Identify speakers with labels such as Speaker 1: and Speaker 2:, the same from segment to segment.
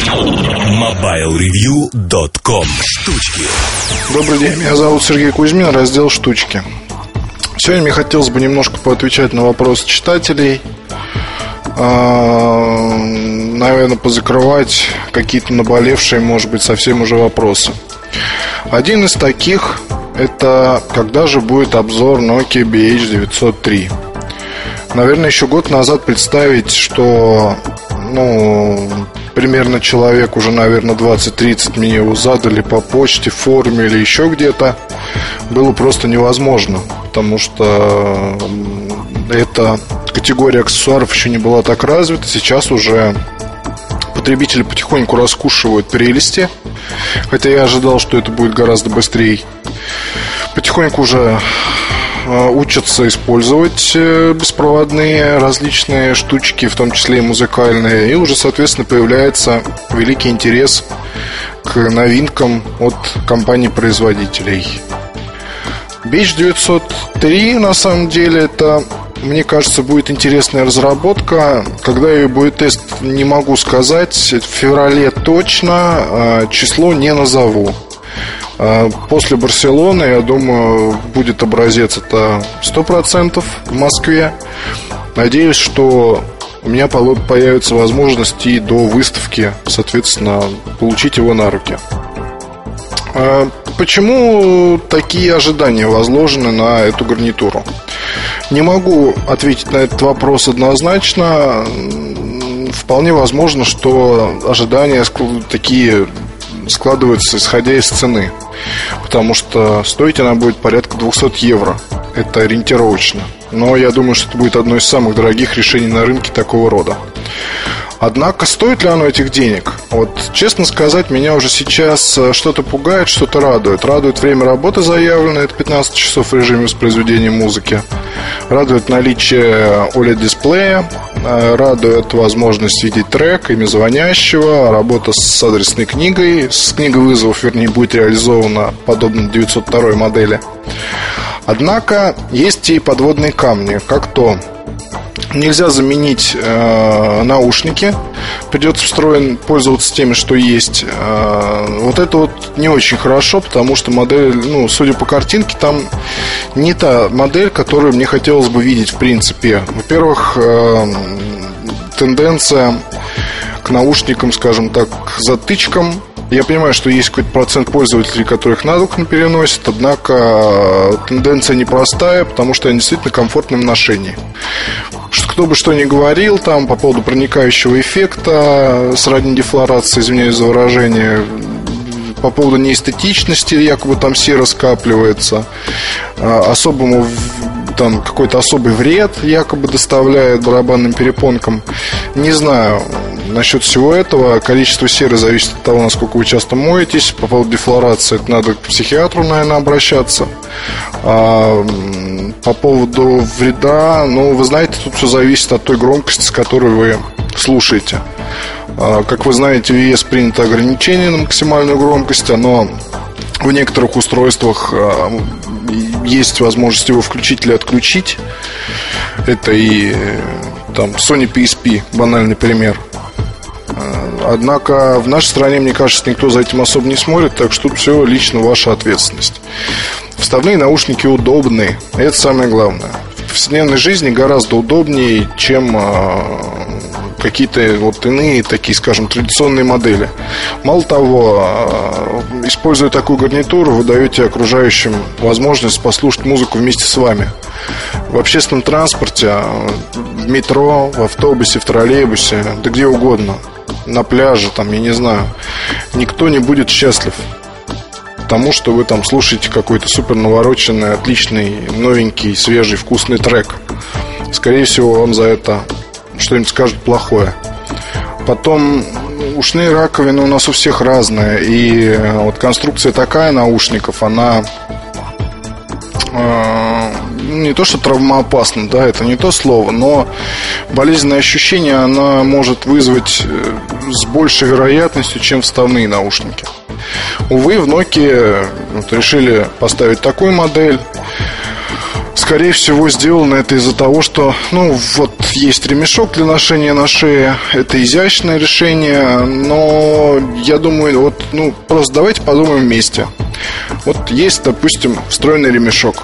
Speaker 1: MobileReview.com. Штучки.
Speaker 2: Добрый день, меня зовут Сергей Кузьмин, раздел «Штучки». Сегодня мне хотелось бы немножко поотвечать на вопросы читателей. Наверное, позакрывать какие-то наболевшие, может быть, совсем уже вопросы. Один из таких – это когда же будет обзор Nokia BH903. Наверное, еще год назад представить, что примерно человек уже, наверное, 20-30 мне его задали по почте, в форуме или еще где-то, было просто невозможно, потому что эта категория аксессуаров еще не была так развита. Сейчас уже потребители потихоньку раскушивают прелести, хотя я ожидал, что это будет гораздо быстрее. Потихоньку уже учатся использовать беспроводные различные штучки, в том числе и музыкальные. И уже, соответственно, появляется великий интерес к новинкам от компаний-производителей. BH903, на самом деле, это, мне кажется, будет интересная разработка. Когда ее будет тест, не могу сказать. В феврале точно, число не назову. После Барселоны, я думаю, будет образец это 100% в Москве. Надеюсь, что у меня появится возможность и до выставки, соответственно, получить его на руки. Почему такие ожидания возложены на эту гарнитуру? Не могу ответить на этот вопрос однозначно. Вполне возможно, что ожидания такие складываются исходя из цены, потому что стоить она будет порядка 200 евро. Это ориентировочно. Но я думаю, что это будет одно из самых дорогих решений на рынке такого рода. Однако, стоит ли оно этих денег? Вот, честно сказать, меня уже сейчас что-то пугает, что-то радует. Радует время работы заявленное, это 15 часов в режиме воспроизведения музыки. Радует наличие OLED-дисплея. Радует возможность видеть трек, имя звонящего. Работа с адресной книгой. С книгой вызовов, вернее, будет реализована подобно 902 модели. Однако, есть и подводные камни, как то нельзя заменить наушники, придется встроен пользоваться теми, что есть. Вот это вот не очень хорошо, потому что модель, судя по картинке, там не та модель, которую мне хотелось бы видеть в принципе. Во-первых, тенденция к наушникам, скажем так, к затычкам. Я понимаю, что есть какой-то процент пользователей, которых на дух не переносят, однако тенденция непростая, потому что они действительно комфортны в ношении. Кто бы что ни говорил там по поводу проникающего эффекта, сродни дефлорации, извиняюсь за выражение, по поводу неэстетичности, якобы там сера скапливается, особому там какой-то особый вред якобы доставляет барабанным перепонкам. Не знаю насчет всего этого. Количество серы зависит от того, насколько вы часто моетесь. По поводу дефлорации это надо к психиатру, наверное, обращаться. По поводу вреда, вы знаете, тут все зависит от той громкости, с которой вы слушаете. Как вы знаете, в ЕС принято ограничение на максимальную громкость. Оно в некоторых устройствах есть возможность его включить или отключить. Это и там Sony PSP, банальный пример. Однако в нашей стране, мне кажется, никто за этим особо не смотрит, так что тут все лично ваша ответственность. Вставные наушники удобны, и это самое главное. В повседневной жизни гораздо удобнее, чем какие-то иные такие, скажем, традиционные модели. Мало того, используя такую гарнитуру, вы даете окружающим возможность послушать музыку вместе с вами. В общественном транспорте, в метро, в автобусе, в троллейбусе, да где угодно, на пляже, я не знаю, никто не будет счастлив тому, что вы там слушаете какой-то супер навороченный, отличный, новенький, свежий, вкусный трек. Скорее всего, вам за это что-нибудь скажут плохое. Потом ушные раковины у нас у всех разные. И вот конструкция такая наушников, она не то что травмоопасна, да, это не то слово, но болезненное ощущение она может вызвать с большей вероятностью, чем вставные наушники. Увы, в Nokia решили поставить такую модель. скорее всего, сделано это из-за того, что, вот есть ремешок для ношения на шее. Это изящное решение, но я думаю, просто давайте подумаем вместе. Вот есть, допустим, встроенный ремешок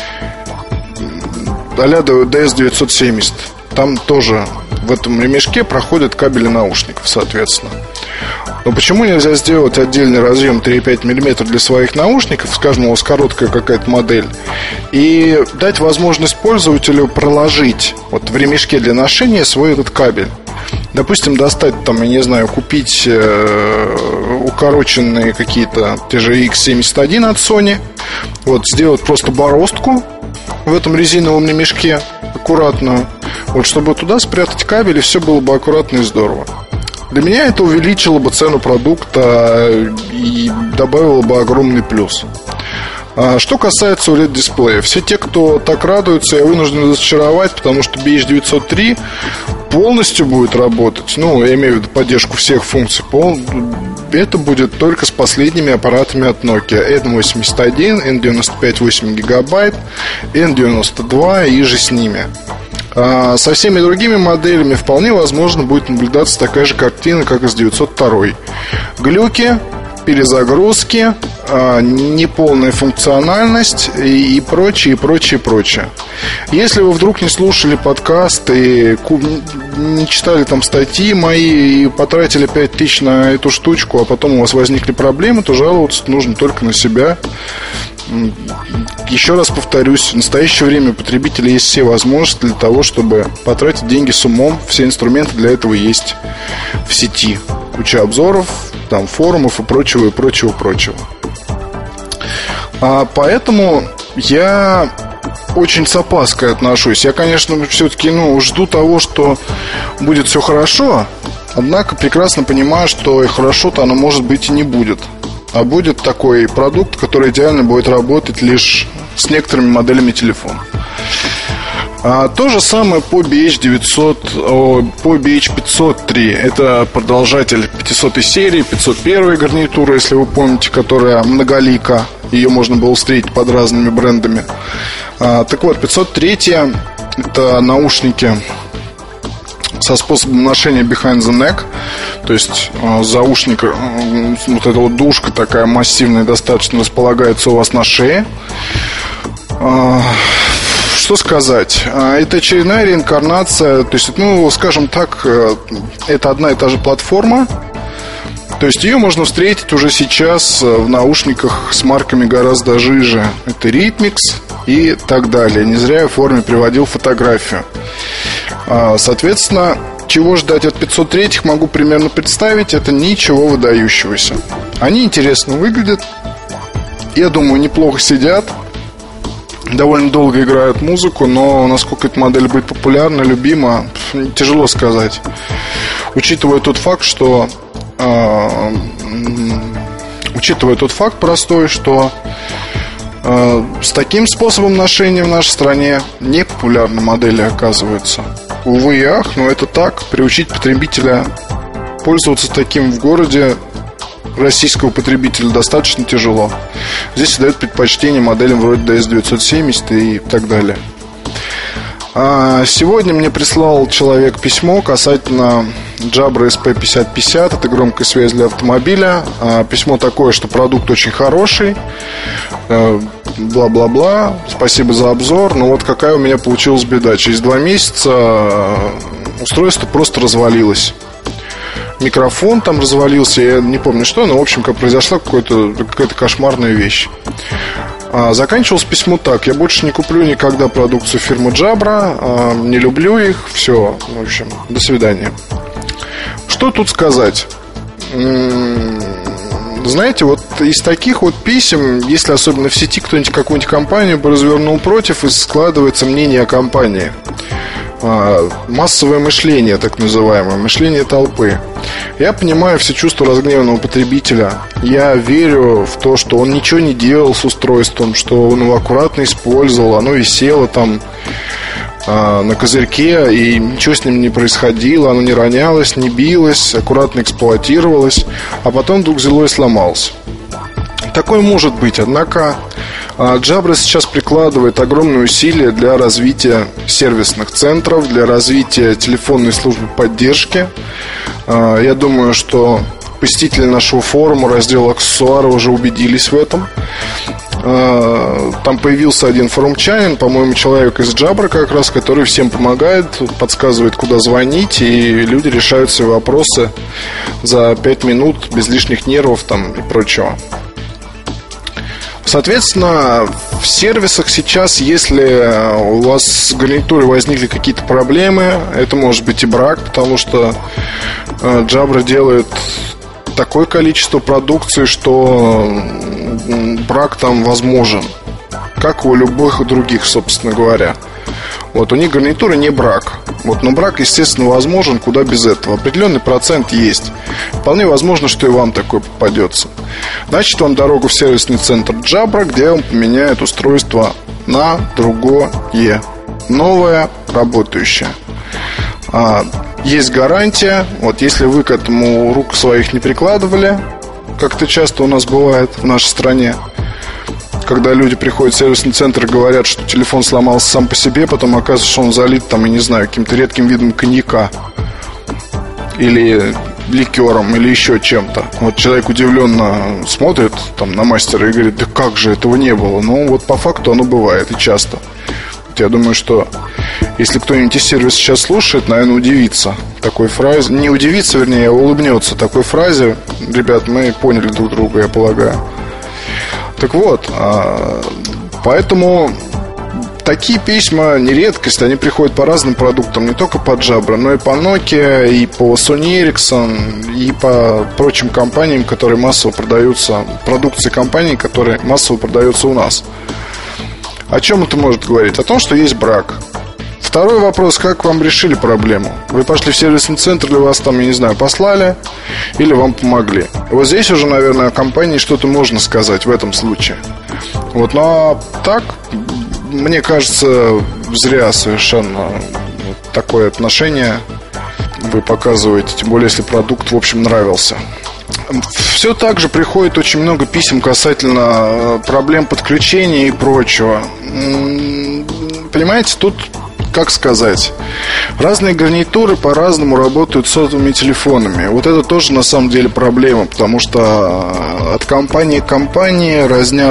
Speaker 2: а-ля DS970. Там тоже в этом ремешке проходят кабели наушников, соответственно. Но почему нельзя сделать отдельный разъем 3,5 мм для своих наушников, скажем, у вас короткая какая-то модель, и дать возможность пользователю проложить вот в ремешке для ношения свой этот кабель? Допустим, достать там, я не знаю, купить укороченные какие-то те же X71 от Sony, вот, сделать просто бороздку в этом резиновом ремешке, аккуратную, вот, чтобы туда спрятать кабель, и все было бы аккуратно и здорово. Для меня это увеличило бы цену продукта и добавило бы огромный плюс. Что касается OLED-дисплея, все те, кто так радуется, я вынужден разочаровать, потому что BH903 полностью будет работать, я имею в виду поддержку всех функций, это будет только с последними аппаратами от Nokia: N81, N95 8 ГБ, N92 и же с ними. Со всеми другими моделями вполне возможно будет наблюдаться такая же картина, как и с 902. Глюки, перезагрузки, неполная функциональность и прочее, прочее, прочее. Если вы вдруг не слушали подкаст и не читали там статьи мои и потратили 5000 на эту штучку, а потом у вас возникли проблемы, то жаловаться нужно только на себя. Еще раз повторюсь, в настоящее время у потребителя есть все возможности для того, чтобы потратить деньги с умом. Все инструменты для этого есть в сети. Куча обзоров, там, форумов и прочего, и прочего, прочего. Поэтому я очень с опаской отношусь. Я, конечно, все-таки жду того, что будет все хорошо. Однако прекрасно понимаю, что и хорошо-то оно, может быть, и не будет. А будет такой продукт, который идеально будет работать лишь с некоторыми моделями телефона. То же самое по BH503. Это продолжатель 500 серии, 501 гарнитура, если вы помните, которая многолика. Ее можно было встретить под разными брендами. Так вот, 503 это наушники со способом ношения behind the neck. То есть заушник, вот эта вот дужка такая массивная достаточно располагается у вас на шее. Что сказать? Это очередная реинкарнация. То есть, скажем так, это одна и та же платформа. То есть ее можно встретить уже сейчас в наушниках с марками гораздо жиже. Это Rhythmix и так далее. Не зря я в форме приводил фотографию. Соответственно, чего ждать от 503-х могу примерно представить. Это ничего выдающегося. Они интересно выглядят. Я думаю, неплохо сидят. Довольно долго играют музыку. Но насколько эта модель будет популярна, любима, тяжело сказать. Учитывая тот факт, что простой, что с таким способом ношения в нашей стране не популярны модели оказываются. Увы и ах, но это так. Приучить потребителя пользоваться таким в городе российского потребителя достаточно тяжело. Здесь дают предпочтение моделям вроде DS970 и так далее. Сегодня мне прислал человек письмо касательно Jabra SP5050. Это громкая связь для автомобиля. Письмо такое, что продукт очень хороший, бла-бла-бла, спасибо за обзор. Но вот какая у меня получилась беда. Через 2 месяца устройство просто развалилось. Микрофон там развалился, я не помню что, но в общем, как произошла какая-то кошмарная вещь. Заканчивалось письмо так: я больше не куплю никогда продукцию фирмы Jabra, не люблю их, все, в общем, до свидания. Что тут сказать? Знаете, вот из таких вот писем, если особенно в сети кто-нибудь какую-нибудь компанию бы развернул против, и складывается мнение о компании. Массовое мышление, так называемое, мышление толпы. Я понимаю все чувства разгневанного потребителя. Я верю в то, что он ничего не делал с устройством, что он его аккуратно использовал, оно висело там на козырьке, и ничего с ним не происходило, оно не ронялось, не билось, аккуратно эксплуатировалось, а потом вдруг взяло и сломалось. Такое может быть, однако Jabra сейчас прикладывает огромные усилия для развития сервисных центров, для развития телефонной службы поддержки. Я думаю, что посетители нашего форума, раздела аксессуары, уже убедились в этом. Там появился один форумчанин, по-моему, человек из Jabra как раз, который всем помогает, подсказывает, куда звонить, и люди решают свои вопросы за 5 минут, без лишних нервов там и прочего. Соответственно, в сервисах сейчас, если у вас с гарнитурой возникли какие-то проблемы, это может быть и брак, потому что Jabra делает такое количество продукции, что брак там возможен, как у любых других, собственно говоря. Вот, у них гарнитура не брак. Вот, но брак, естественно, возможен, куда без этого. Определенный процент есть. Вполне возможно, что и вам такое попадется. Значит, вам дорогу в сервисный центр Jabra, где он поменяет устройство на другое, новое, работающее. Есть гарантия. Вот, если вы к этому рук своих не прикладывали, как это часто у нас бывает в нашей стране, когда люди приходят в сервисный центр и говорят, что телефон сломался сам по себе, потом оказывается, что он залит там, я не знаю, каким-то редким видом коньяка или ликером, или еще чем-то. Вот человек удивленно смотрит там на мастера и говорит: да как же, этого не было? Ну вот по факту оно бывает и часто. Вот я думаю, что если кто-нибудь из сервиса сейчас слушает, наверное, удивится такой фразе. Не удивится, вернее, а улыбнется такой фразе: ребят, мы поняли друг друга, я полагаю. Так вот, поэтому такие письма не редкость. Они приходят по разным продуктам, не только по Jabra, но и по Nokia, и по Sony Ericsson, и по прочим компаниям, которые массово продаются, продукции компаний, которые массово продаются у нас. О чем это может говорить? О том, что есть брак. Второй вопрос: как вам решили проблему? Вы пошли в сервисный центр, или вас там, я не знаю, послали, или вам помогли? Вот здесь уже, наверное, о компании что-то можно сказать в этом случае. Вот, но так, мне кажется, зря совершенно такое отношение вы показываете, тем более, если продукт, в общем, нравился. Все так же приходит очень много писем касательно проблем подключения и прочего. Понимаете, тут, как сказать, разные гарнитуры по-разному работают с сотовыми телефонами. Вот это тоже на самом деле проблема, потому что от компании к компании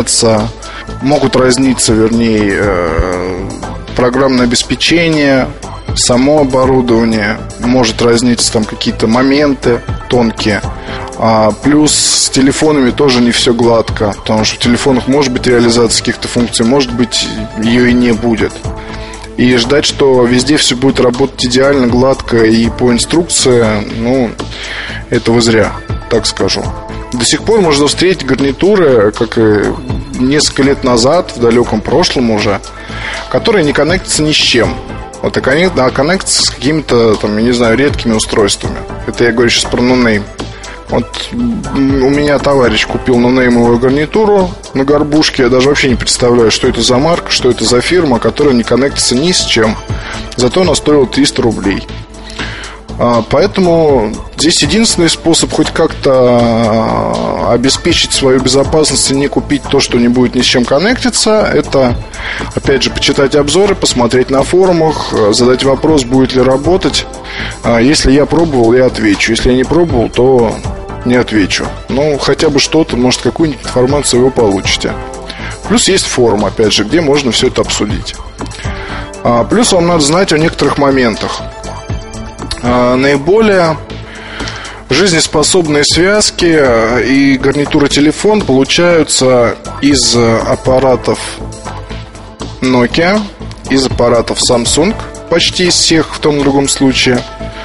Speaker 2: могут разниться, вернее, программное обеспечение, само оборудование, может разниться там какие-то моменты тонкие. Плюс с телефонами тоже не все гладко, потому что в телефонах может быть реализация каких-то функций, может быть, ее и не будет. И ждать, что везде все будет работать идеально, гладко и по инструкции, этого зря, так скажу. До сих пор можно встретить гарнитуры, как и несколько лет назад, в далеком прошлом уже, которые не коннектятся ни с чем. Вот, а коннектятся с какими-то, там, я не знаю, редкими устройствами. Это я говорю сейчас про ноунейм. Вот у меня товарищ купил ноунеймовую гарнитуру на горбушке. Я даже вообще не представляю, что это за марка, что это за фирма, которая не коннектится ни с чем. Зато она стоила 300 рублей. Поэтому здесь единственный способ хоть как-то обеспечить свою безопасность и не купить то, что не будет ни с чем коннектиться, это, опять же, почитать обзоры, посмотреть на форумах, задать вопрос, будет ли работать. Если я пробовал, я отвечу. Если я не пробовал, то не отвечу. Хотя бы что-то, может, какую-нибудь информацию вы получите. Плюс есть форум, опять же, где можно все это обсудить. Плюс вам надо знать о некоторых моментах. Наиболее жизнеспособные связки и гарнитура телефон получаются из аппаратов Nokia, из аппаратов Samsung, почти из всех в том и другом случае.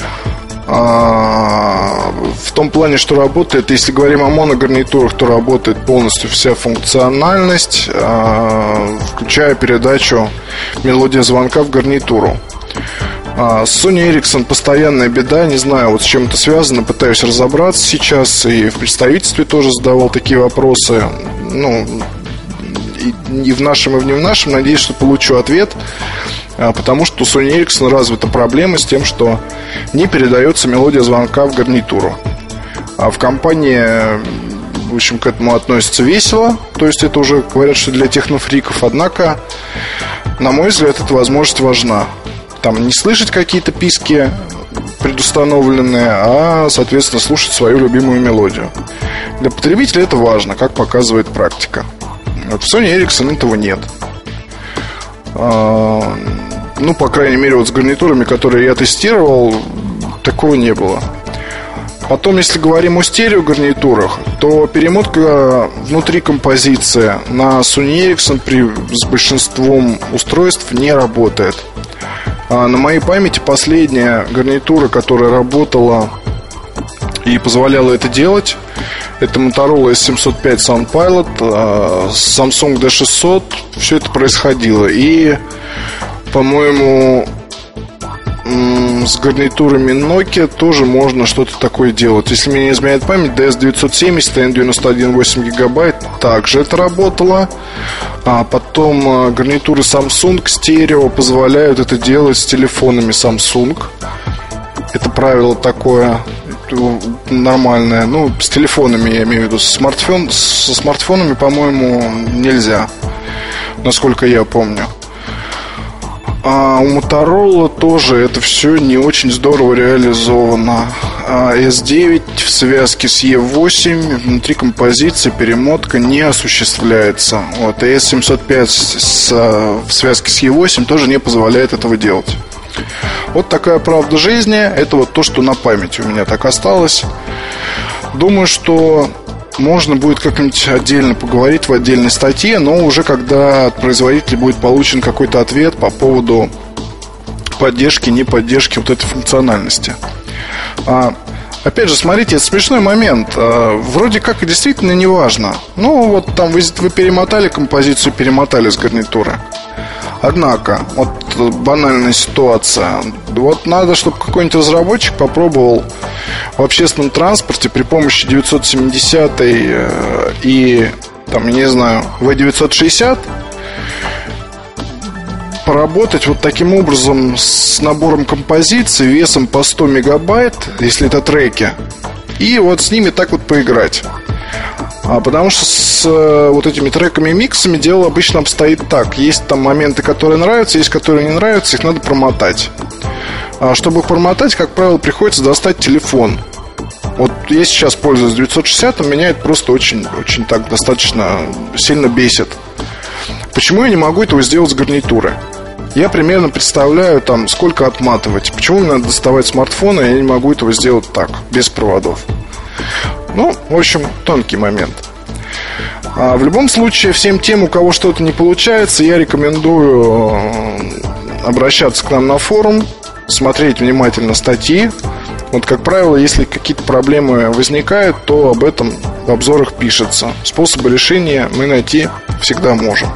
Speaker 2: В том плане, что работает, если говорим о моногарнитурах, то работает полностью вся функциональность, включая передачу мелодии звонка в гарнитуру. С Sony Ericsson постоянная беда, не знаю, вот с чем это связано, пытаюсь разобраться сейчас, и в представительстве тоже задавал такие вопросы, и в нашем, и в не в нашем, надеюсь, что получу ответ, потому что у Sony Ericsson развита проблема с тем, что не передается мелодия звонка в гарнитуру. А в компании в общем, к этому относятся весело. То есть это уже говорят, что для технофриков. Однако, на мой взгляд, эта возможность важна. Там не слышать какие-то писки предустановленные, а, соответственно, слушать свою любимую мелодию. Для потребителя это важно, как показывает практика. Вот в Sony Ericsson этого нет. Ну, по крайней мере, вот с гарнитурами, которые я тестировал, такого не было. Потом, если говорим о стереогарнитурах, то перемотка внутри композиции на Sony Ericsson с большинством устройств не работает. На моей памяти последняя гарнитура, которая работала и позволяла это делать, это Motorola S705 SoundPilot, с Samsung D600 все это происходило. И, по-моему, с гарнитурами Nokia тоже можно что-то такое делать. Если мне не изменяет память, DS970 N91,8 гигабайт также это работало. А потом гарнитуры Samsung стерео позволяют это делать с телефонами Samsung. Это правило такое нормальное. Ну, с телефонами, я имею в виду. Со смартфонами, по-моему, нельзя, насколько я помню. А у Motorola тоже это все не очень здорово реализовано. S9 в связке с E8 внутри композиции перемотка не осуществляется. Вот, и S705 в связке с E8 тоже не позволяет этого делать. Вот такая правда жизни. Это вот то, что на памяти у меня так осталось. Думаю, что можно будет как-нибудь отдельно поговорить в отдельной статье, но уже когда от производителя будет получен какой-то ответ по поводу поддержки, не поддержки вот этой функциональности. Опять же, смотрите, это смешной момент. Вроде как и действительно не важно. Ну, вот там вы перемотали композицию, перемотали с гарнитуры. Однако, вот банальная ситуация. Вот надо, чтобы какой-нибудь разработчик попробовал в общественном транспорте при помощи 970 и, там, я не знаю, V960 поработать вот таким образом с набором композиций весом по 100 мегабайт, если это треки, и вот с ними так вот поиграть. Потому что с вот этими треками и миксами дело обычно обстоит так. Есть там моменты, которые нравятся, есть которые не нравятся, их надо промотать. Чтобы их промотать, как правило, приходится достать телефон. Вот я сейчас пользуюсь 960, меня это просто очень, очень так достаточно сильно бесит. Почему я не могу этого сделать с гарнитуры? Я примерно представляю, там, сколько отматывать. Почему мне надо доставать смартфон, и я не могу этого сделать так, без проводов? Ну, в общем, тонкий момент. В любом случае, всем тем, у кого что-то не получается, я рекомендую обращаться к нам на форум, смотреть внимательно статьи. Вот, как правило, если какие-то проблемы возникают, то об этом в обзорах пишется. Способы решения мы найти всегда можем.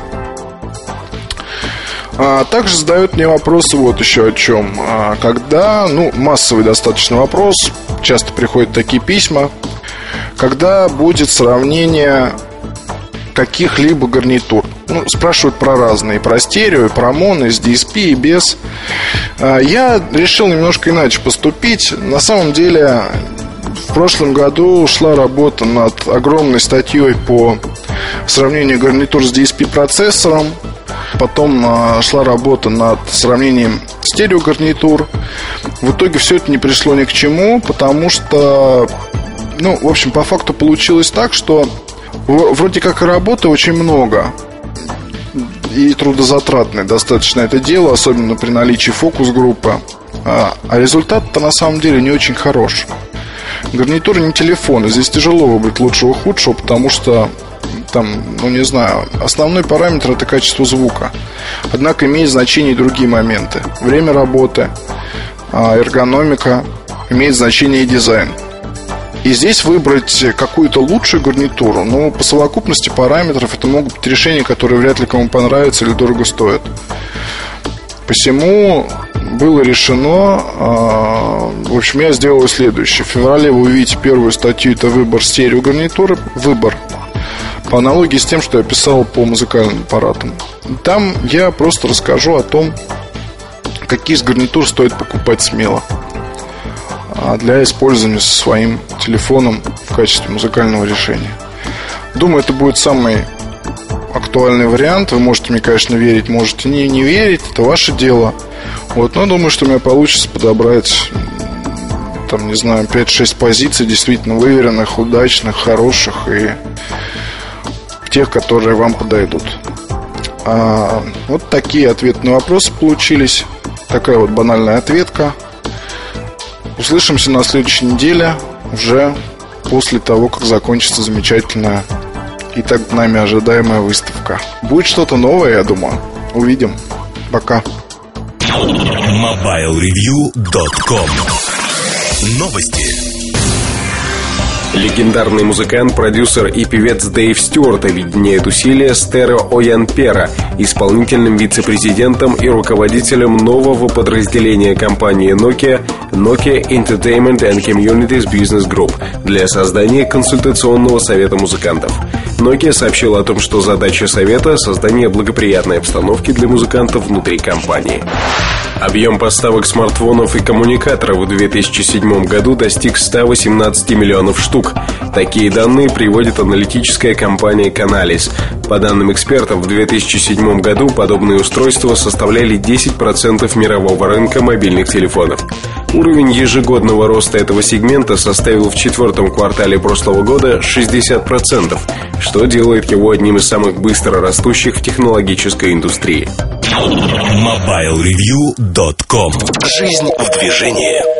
Speaker 2: Также задают мне вопросы вот еще о чем. Когда, массовый достаточно вопрос, часто приходят такие письма, когда будет сравнение каких-либо гарнитур. Спрашивают про разные, про стерео, про моно, с DSP и без. Я решил немножко иначе поступить. На самом деле, в прошлом году шла работа над огромной статьей по сравнению гарнитур с DSP-процессором. Потом шла работа над сравнением стереогарнитур. В итоге все это не пришло ни к чему, потому что, в общем, по факту получилось так, что вроде как и работы очень много, и трудозатратное достаточно это дело, особенно при наличии фокус-группы. А результат-то на самом деле не очень хорош. Гарнитура не телефон, и здесь тяжело выбрать лучшего худшего, потому что там, основной параметр — это качество звука. Однако имеет значение и другие моменты. Время работы, эргономика, имеет значение и дизайн. И здесь выбрать какую-то лучшую гарнитуру, по совокупности параметров это могут быть решения, которые вряд ли кому понравятся или дорого стоят. Посему было решено, в общем, я сделал следующее. В феврале вы увидите первую статью, это выбор стереогарнитуры. Выбор по аналогии с тем, что я писал по музыкальным аппаратам. Там я просто расскажу о том, какие из гарнитур стоит покупать смело для использования со своим телефоном в качестве музыкального решения. Думаю, это будет самый актуальный вариант. Вы можете мне, конечно, верить, можете не верить. Это ваше дело. Вот, но думаю, что у меня получится подобрать, там, не знаю, 5-6 позиций действительно выверенных, удачных, хороших и тех, которые вам подойдут. Вот такие ответы на вопросы получились. Такая вот банальная ответка. Услышимся на следующей неделе, уже после того, как закончится замечательная и так нами ожидаемая выставка. Будет что-то новое, я думаю. Увидим. Пока.
Speaker 1: MobileReview.com. Новости.
Speaker 3: Легендарный музыкант, продюсер и певец Дэйв Стюарт объединяет усилия с Теро Оянпера, исполнительным вице-президентом и руководителем нового подразделения компании Nokia Entertainment and Communities Business Group, для создания консультационного совета музыкантов. Nokia сообщила о том, что задача совета – создание благоприятной обстановки для музыкантов внутри компании. Объем поставок смартфонов и коммуникаторов в 2007 году достиг 118 миллионов штук. Такие данные приводит аналитическая компания Canalys. По данным экспертов, в 2007 году подобные устройства составляли 10% мирового рынка мобильных телефонов. Уровень ежегодного роста этого сегмента составил в четвертом квартале прошлого года 60%, что делает его одним из самых быстро растущих в технологической индустрии.
Speaker 1: MobileReview.com. Жизнь в движении.